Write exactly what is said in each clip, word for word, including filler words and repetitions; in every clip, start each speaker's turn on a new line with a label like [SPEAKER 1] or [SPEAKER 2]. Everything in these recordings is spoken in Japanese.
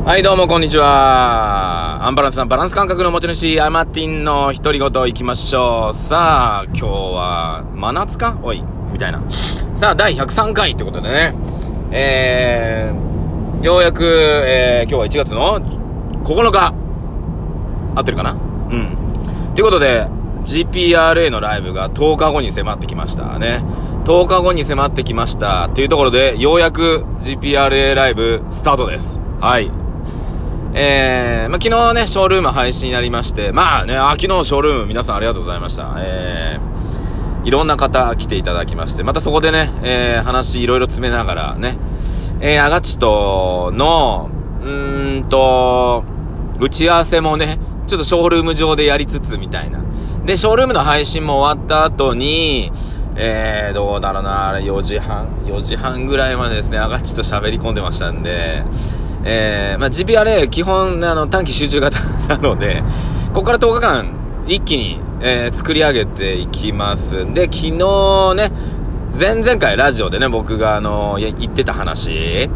[SPEAKER 1] はいどうもこんにちは。アンバランスなバランス感覚の持ち主アマティンの独り言いきましょう。さあ今日は真夏かおいみたいな。さあだいひゃくさんかいってことでね、えー、ようやく、えー、今日はいちがつのここのか合ってるかな。うんということで ジーピーアールエー のライブがとおかごに迫ってきましたね。とおかごに迫ってきましたっていうところでようやく ジーピーアールエー ライブスタートです。はい。えー、まあ、昨日ね、ショールーム配信になりまして、まあね、あ、昨日ショールーム皆さんありがとうございました。えー、いろんな方来ていただきまして、またそこでね、えー、話いろいろ詰めながらね、えー、アガチとの、うーんと、打ち合わせもね、ちょっとショールーム上でやりつつみたいな。で、ショールームの配信も終わった後に、えー、どうだろうな、あれよじはん、よじはんぐらいまでですね、アガチと喋り込んでましたんで、えー、まあ、ジーピーアールエー 基本、あの、短期集中型なので、ここからとおかかん、一気に、えー、作り上げていきます。で、昨日ね、前々回ラジオでね、僕が、あの、言ってた話、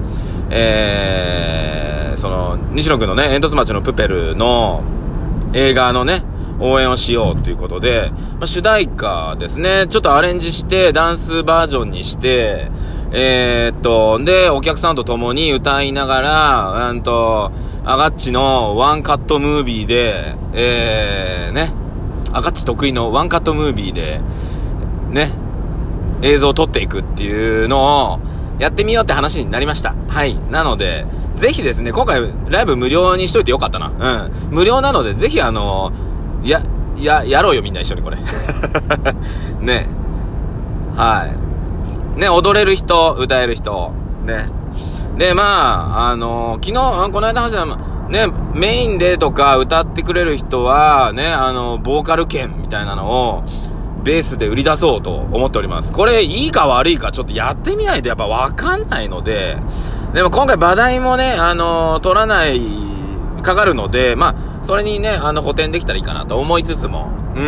[SPEAKER 1] えー、その、西野くんのね、煙突町のプペルの映画のね、応援をしようということで、まあ、主題歌ですね、ちょっとアレンジして、ダンスバージョンにして、えー、っと、で、お客さんと共に歌いながら、うんと、アガッチのワンカットムービーで、えー、ね、アガッチ得意のワンカットムービーで、ね、映像を撮っていくっていうのを、やってみようって話になりました。はい。なので、ぜひですね、今回ライブ無料にしといてよかったな。うん。無料なので、ぜひあの、や、や、やろうよみんな一緒にこれ。ね。はい。ね、踊れる人、歌える人、ね。で、まあ、あのー、昨日、この間話した、ね、メインでとか歌ってくれる人は、ね、あの、ボーカル券みたいなのを、ベースで売り出そうと思っております。これ、いいか悪いか、ちょっとやってみないとやっぱわかんないので、でも今回話題もね、あのー、取らない、かかるので、まあ、それにね、あの、補填できたらいいかなと思いつつも、うんうんうん。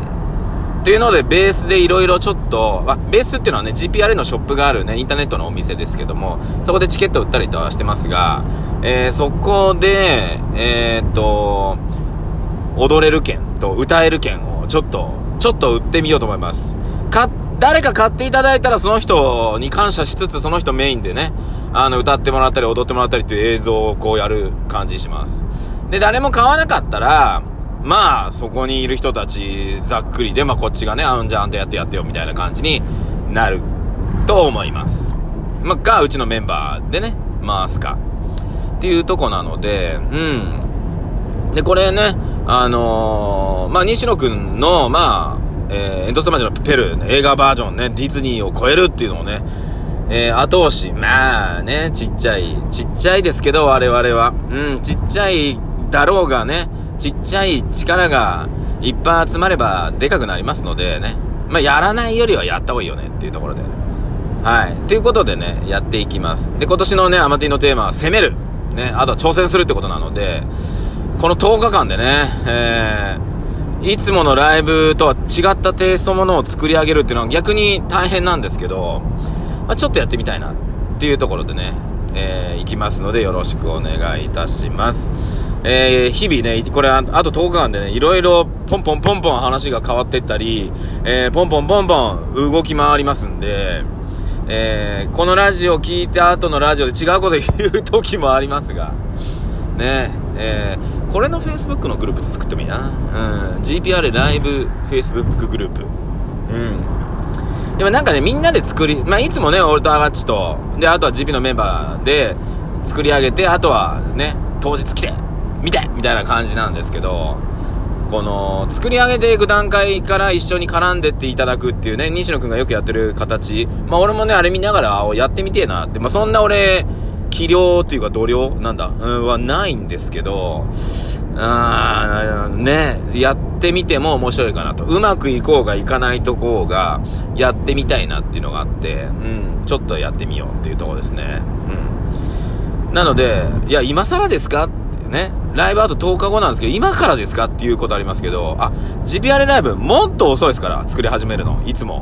[SPEAKER 1] っていうのでベースでいろいろちょっと、まあ、ベースっていうのはね ジーピーアールエー のショップがあるねインターネットのお店ですけども、そこでチケット売ったりとはしてますが、えー、そこでえー、っと踊れる券と歌える券をちょっとちょっと売ってみようと思います。か誰か買っていただいたらその人に感謝しつつ、その人メインでね、あの歌ってもらったり踊ってもらったりっていう映像をこうやる感じします。で誰も買わなかったらまあ、そこにいる人たち、ざっくりで、まあ、こっちがね、あの、じゃあ、あんたやってやってよ、みたいな感じになると思います。まあ、が、うちのメンバーでね、回すか。っていうとこなので、うん。で、これね、あのー、まあ、西野くんの、まあ、えー、煙突町のペル、映画バージョンね、ディズニーを超えるっていうのをね、えー、後押し、まあね、ちっちゃい、ちっちゃいですけど、我々は。うん、ちっちゃいだろうがね、ちっちゃい力がいっぱい集まればでかくなりますのでね。まあ、やらないよりはやった方がいいよねっていうところで。はい。ということでね、やっていきます。で、今年のね、アマティのテーマは攻める。ね、あとは挑戦するってことなので、このとおかかんでね、えー、いつものライブとは違ったテイストものを作り上げるっていうのは逆に大変なんですけど、まあ、ちょっとやってみたいなっていうところでね、えー、いきますのでよろしくお願いいたします。えー、日々ね、これあととおかかんでね、いろいろポンポンポンポン話が変わっていったり、えー、ポンポンポンポン動き回りますんで、えー、このラジオ聞いた後のラジオで違うこと言う時もありますが、ね、えー、これの Facebook のグループ作ってもいいな。うん、ジーピーアール ライブ Facebook グループ。うん。でもなんかね、みんなで作り、まあ、いつもね、俺とアガッチと、で、あとは ジーピー のメンバーで作り上げて、あとはね、当日来て見てみたいな感じなんですけど、この作り上げていく段階から一緒に絡んでっていただくっていうね、西野くんがよくやってる形、まあ俺もねあれ見ながらやってみてえなって、まあそんな俺器量というか度量なんだ、うん、はないんですけど、あーね、やってみても面白いかなと、うまくいこうがいかないとこうがやってみたいなっていうのがあって、うん、ちょっとやってみようっていうところですね。うん。なので、いや今更ですか、 ね、ライブあととおかごなんですけど、今からですかっていうことありますけど、あ、ジーピーアール ライブもっと遅いですから、作り始めるの、いつも。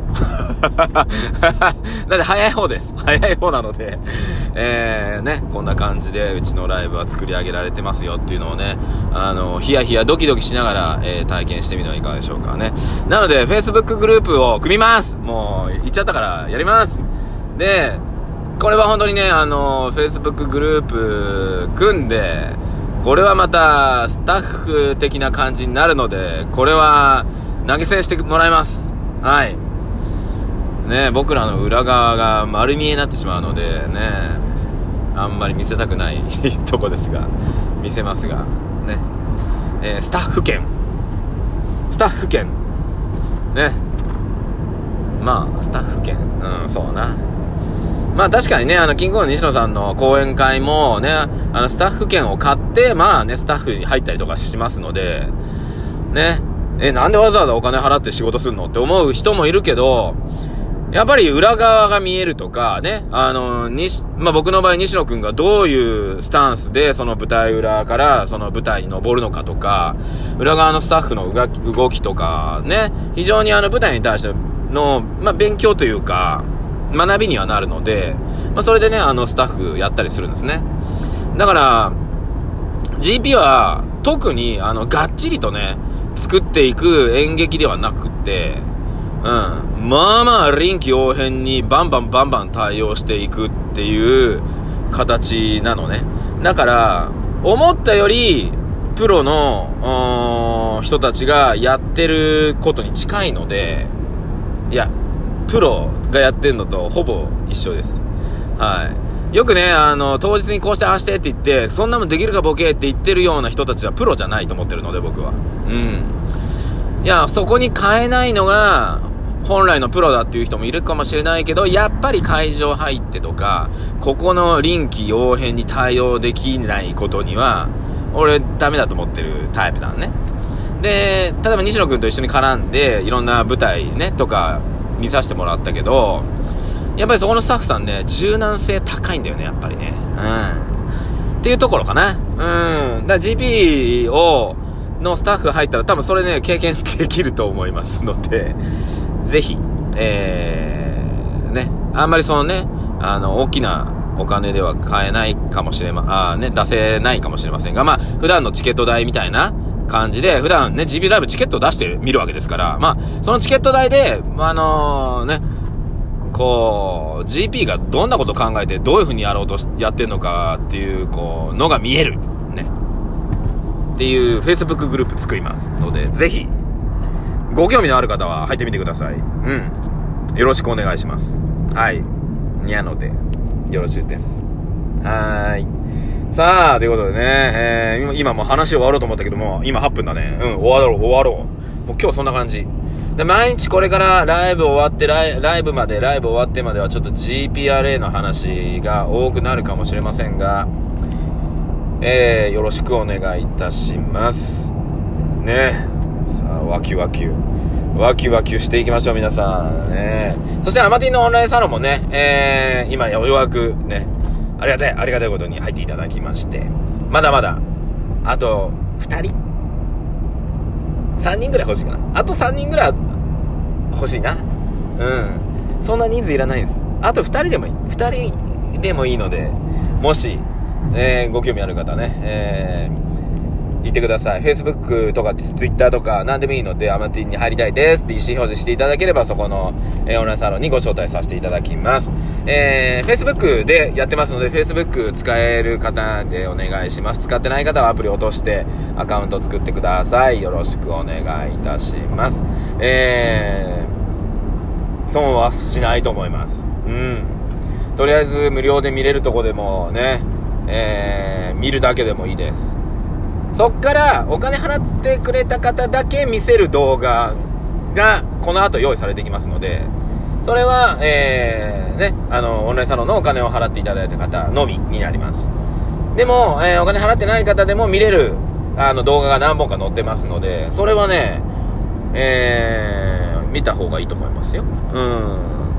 [SPEAKER 1] なんで早い方です。早い方なので、えー、ね、こんな感じでうちのライブは作り上げられてますよっていうのをね、あの、ヒヤヒヤドキドキしながら、えー、体験してみるのはいかがでしょうかね。なので、Facebook グループを組みます。もう、言っちゃったからやります。で、これは本当にね、あの、Facebook グループ組んで、これはまたスタッフ的な感じになるので、これは投げ銭してもらいます。はい。ね、僕らの裏側が丸見えになってしまうのでね、あんまり見せたくないとこですが、見せますが、ね。えー、スタッフ券。スタッフ券。ね。まあ、スタッフ券。うん、そうな。まあ確かにね、あの、キングコング西野さんの講演会もね、あの、スタッフ券を買って、まあね、スタッフに入ったりとかしますので、ね、え、なんでわざわざお金払って仕事するのって思う人もいるけど、やっぱり裏側が見えるとか、ね、あの、にし、まあ僕の場合西野くんがどういうスタンスでその舞台裏からその舞台に登るのかとか、裏側のスタッフの動き、動きとか、ね、非常にあの舞台に対しての、まあ勉強というか、学びにはなるので、まあ、それでね、あの、スタッフやったりするんですね。だから、ジーピー は、特に、あの、がっちりとね、作っていく演劇ではなくって、うん。まあまあ、臨機応変にバンバンバンバン対応していくっていう形なのね。だから、思ったより、プロの、人たちがやってることに近いので、いや、プロがやってんのとほぼ一緒です。はい。よくね、あの、当日にこうしてああしてって言って、そんなもんできるかボケって言ってるような人たちはプロじゃないと思ってるので、僕は。うん。いや、そこに変えないのが、本来のプロだっていう人もいるかもしれないけど、やっぱり会場入ってとか、ここの臨機応変に対応できないことには、俺ダメだと思ってるタイプなのね。で、例えば西野くんと一緒に絡んで、いろんな舞台ね、とか、見させてもらったけど、やっぱりそこのスタッフさんね、柔軟性高いんだよね、やっぱりね。うん。っていうところかな。うん。だから ジーピー を、のスタッフ入ったら多分それね、経験できると思いますので、ぜひ、えー、ね、あんまりそのね、あの、大きなお金では買えないかもしれま、あーね、出せないかもしれませんが、まあ、普段のチケット代みたいな、感じで、普段ね、ジーピー ライブチケットを出して見るわけですから、まあ、そのチケット代で、あのー、ね、こう、ジーピー がどんなことを考えて、どういう風にやろうとやってんのかっていう、こう、のが見える。ね。っていう Facebook グループ作りますので、ぜひ、ご興味のある方は入ってみてください。うん。よろしくお願いします。はい。にゃので、よろしいです。はーい。さあ、ということでね、えー、今もう話終わろうと思ったけども、今はっぷんだね。うん、終わろう、終わろう。もう今日そんな感じ。で、毎日これからライブ終わってライ、ライブまで、ライブ終わってまではちょっと ジーピーアールエー の話が多くなるかもしれませんが、えー、よろしくお願いいたします。ね。さあ、ワキワキュ。ワキワキュしていきましょう、皆さん。ね。そしてアマティンのオンラインサロンもね、えー、今ようやくね、ありがたい、ありがたいことに入っていただきまして、まだまだ、あと、二人 ?さん 人ぐらい欲しいかな。あとさんにんぐらい欲しいな。うん。そんな人数いらないです。あと二人でもいい。二人でもいいので、もし、えー、ご興味ある方ね、えー、言ってください。Facebook とか Twitter とか何でもいいので、アマティンに入りたいですって意思表示していただければ、そこの、えー、オンラインサロンにご招待させていただきます。えー、Facebook でやってますので、Facebook 使える方でお願いします。使ってない方はアプリ落としてアカウント作ってください。よろしくお願いいたします。えー、損はしないと思います。うん。とりあえず無料で見れるとこでもね、えー、見るだけでもいいです。そっからお金払ってくれた方だけ見せる動画がこの後用意されてきますので、それは、えー、ね、あの、オンラインサロンのお金を払っていただいた方のみになります。でも、えー、お金払ってない方でも見れる、あの、動画が何本か載ってますので、それはね、えー、見た方がいいと思いますよ。うん。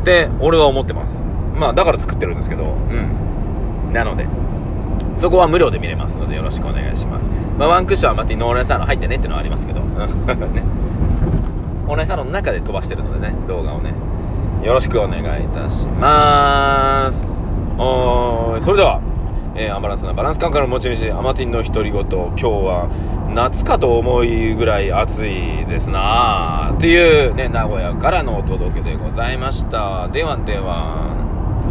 [SPEAKER 1] って、俺は思ってます。まあ、だから作ってるんですけど、うん。なので、 そこは無料で見れますのでよろしくお願いします。まあ、ワンクッションはまたオンラインサロン入ってねっていうのはありますけど、ね、オンラインサロンの中で飛ばしてるのでね、動画をね、よろしくお願いいたします。おーい、それでは、えー、アンバランスなバランス感覚の持ち主、アマティンの独り言、今日は夏かと思いぐらい暑いですなーっていうね、名古屋からのお届けでございました。ではでは。